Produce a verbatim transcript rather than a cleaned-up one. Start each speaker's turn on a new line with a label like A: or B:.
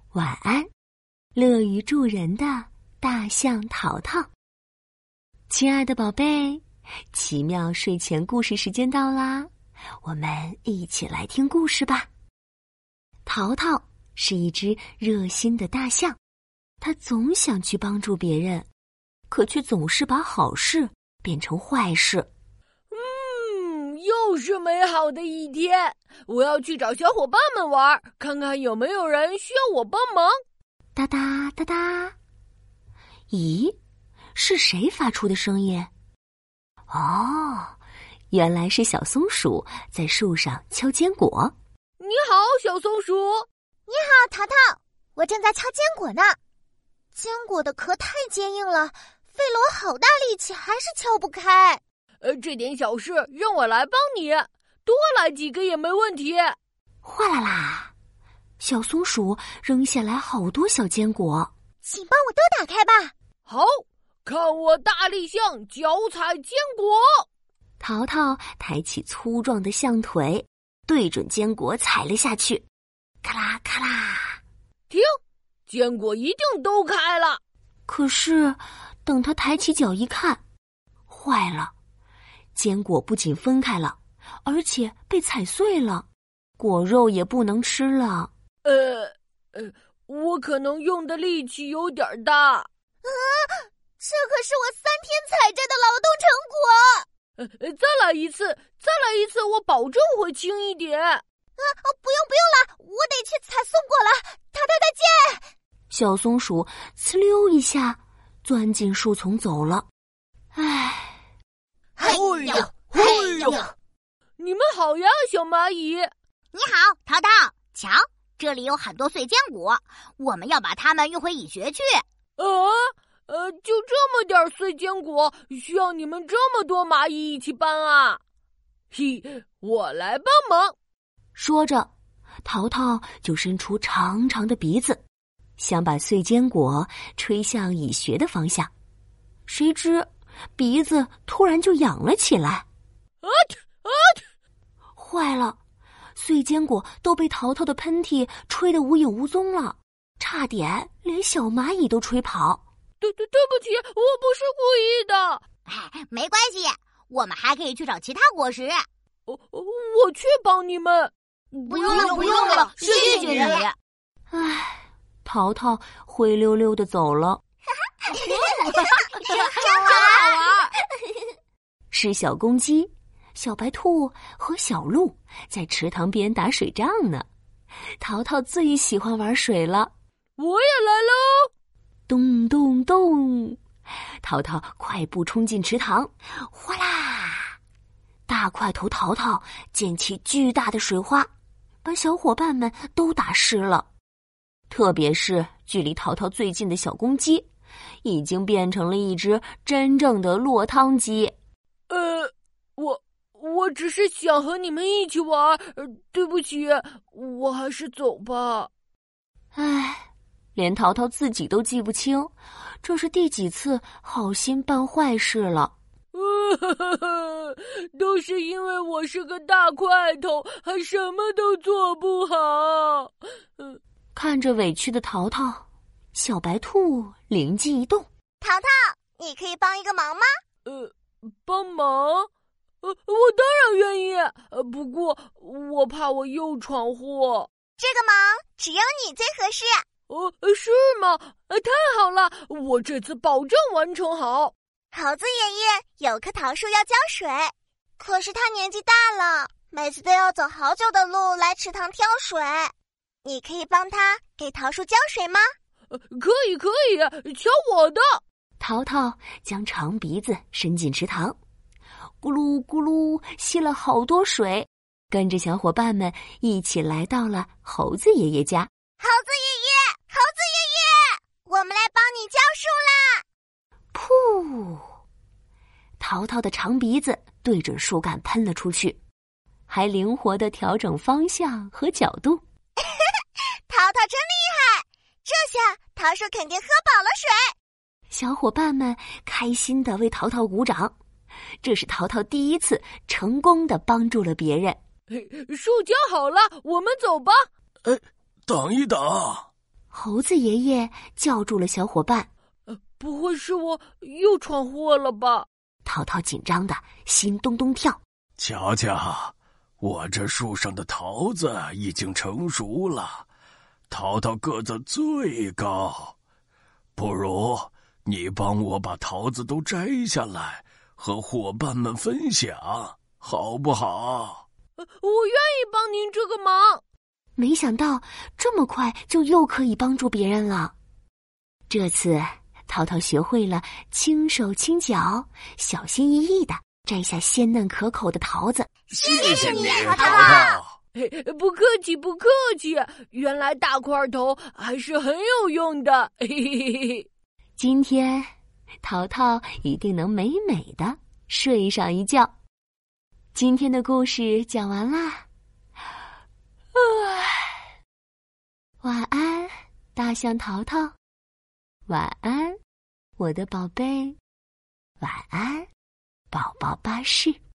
A: 晚安，乐于助人的大象淘淘。亲爱的宝贝，奇妙睡前故事时间到啦，我们一起来听故事吧。淘淘是一只热心的大象，他总想去帮助别人，可却总是把好事变成坏事。
B: 嗯，又是美好的一天，我要去找小伙伴们玩，看看有没有人需要我帮忙。
A: 哒哒哒哒，咦，是谁发出的声音？哦，原来是小松鼠在树上敲坚果。
B: 你好，小松鼠。
C: 你好，淘淘，我正在敲坚果呢。坚果的壳太坚硬了，费了我好大力气，还是敲不开。
B: 呃，这点小事让我来帮你，多来几个也没问题。
A: 哗啦啦，小松鼠扔下来好多小坚果，
C: 请帮我都打开吧。
B: 好，看我大力象脚踩坚果。
A: 淘淘抬起粗壮的象腿，对准坚果踩了下去，咔啦咔啦。
B: 停，坚果一定都开了。
A: 可是等他抬起脚一看，坏了，坚果不仅分开了，而且被踩碎了，果肉也不能吃了。
B: 呃呃，我可能用的力气有点大。
C: 啊，这可是我三天采摘的劳动成果。
B: 呃，再来一次，再来一次，我保证会轻一点。啊，
C: 哦，不用不用了，我得去采松果了。淘淘再见。
A: 小松鼠呲溜一下钻进树丛走了。唉，
C: 哎呦，哎呦！
B: 你们好呀，小蚂蚁。
D: 你好，淘淘。瞧，这里有很多碎坚果，我们要把它们运回蚁穴去。
B: 啊，呃，就这么点碎坚果，需要你们这么多蚂蚁一起搬啊？嘿，我来帮忙。
A: 说着，淘淘就伸出长长的鼻子，想把碎坚果吹向蚁穴的方向。谁知鼻子突然就痒了起来。
B: 啊啊！
A: 坏了，碎坚果都被淘淘的喷嚏吹得无影无踪了，差点连小蚂蚁都吹跑。
B: 对对对不起，我不是故意的。
D: 哎，没关系，我们还可以去找其他果实。
B: 我我去帮你们。
D: 不用了，不用了，谢谢你。
A: 唉，淘淘灰溜溜的走了。
D: 真好玩！
A: 是小公鸡、小白兔和小鹿在池塘边打水仗呢。淘淘最喜欢玩水了。
B: 我也来喽！
A: 咚咚咚，淘淘快步冲进池塘，哗啦！大块头淘淘溅起巨大的水花，把小伙伴们都打湿了。特别是距离淘淘最近的小公鸡，已经变成了一只真正的落汤鸡。
B: 呃，我我只是想和你们一起玩，呃，对不起，我还是走吧。
A: 唉，连淘淘自己都记不清，这是第几次好心办坏事了。
B: 呃，都是因为我是个大块头，还什么都做不好。呃、
A: 看着委屈的淘淘，小白兔灵机一动：
C: 淘淘，你可以帮一个忙吗？
B: 呃，帮忙？呃，我当然愿意。呃，不过我怕我又闯祸。
C: 这个忙只有你最合适。
B: 哦，是吗？呃，太好了，我这次保证完成好。
C: 猴子爷爷有棵桃树要浇水，可是他年纪大了，每次都要走好久的路来池塘挑水。你可以帮他给桃树浇水吗？
B: 呃，可以可以，瞧我的！
A: 淘淘将长鼻子伸进池塘，咕噜咕噜吸了好多水，跟着小伙伴们一起来到了猴子爷爷家。
C: 猴子爷爷，猴子爷爷，我们来帮你浇树啦！
A: 噗！淘淘的长鼻子对准树干喷了出去，还灵活地调整方向和角度。
C: 淘淘真厉害，这下桃树肯定喝饱了水。
A: 小伙伴们开心地为淘淘鼓掌，这是淘淘第一次成功地帮助了别人。
B: 树浇好了，我们走吧。
E: 哎，等一等！
A: 猴子爷爷叫住了小伙伴。
B: 呃，不会是我又闯祸了吧？
A: 淘淘紧张的心咚咚跳。
E: 瞧瞧，我这树上的桃子已经成熟了，淘淘个子最高，不如你帮我把桃子都摘下来，和伙伴们分享，好不好？
B: 呃，我愿意帮您这个忙。
A: 没想到这么快就又可以帮助别人了。这次淘淘学会了轻手轻脚、小心翼翼的摘下鲜嫩可口的桃子。
E: 谢谢你，
C: 淘
E: 淘
C: 淘。
B: 嘿，不客气，不客气。原来大块头还是很有用的。嘿嘿嘿嘿。
A: 今天淘淘一定能美美的睡上一觉。今天的故事讲完啦。晚安，大象淘淘。晚安，我的宝贝。晚安，宝宝巴士。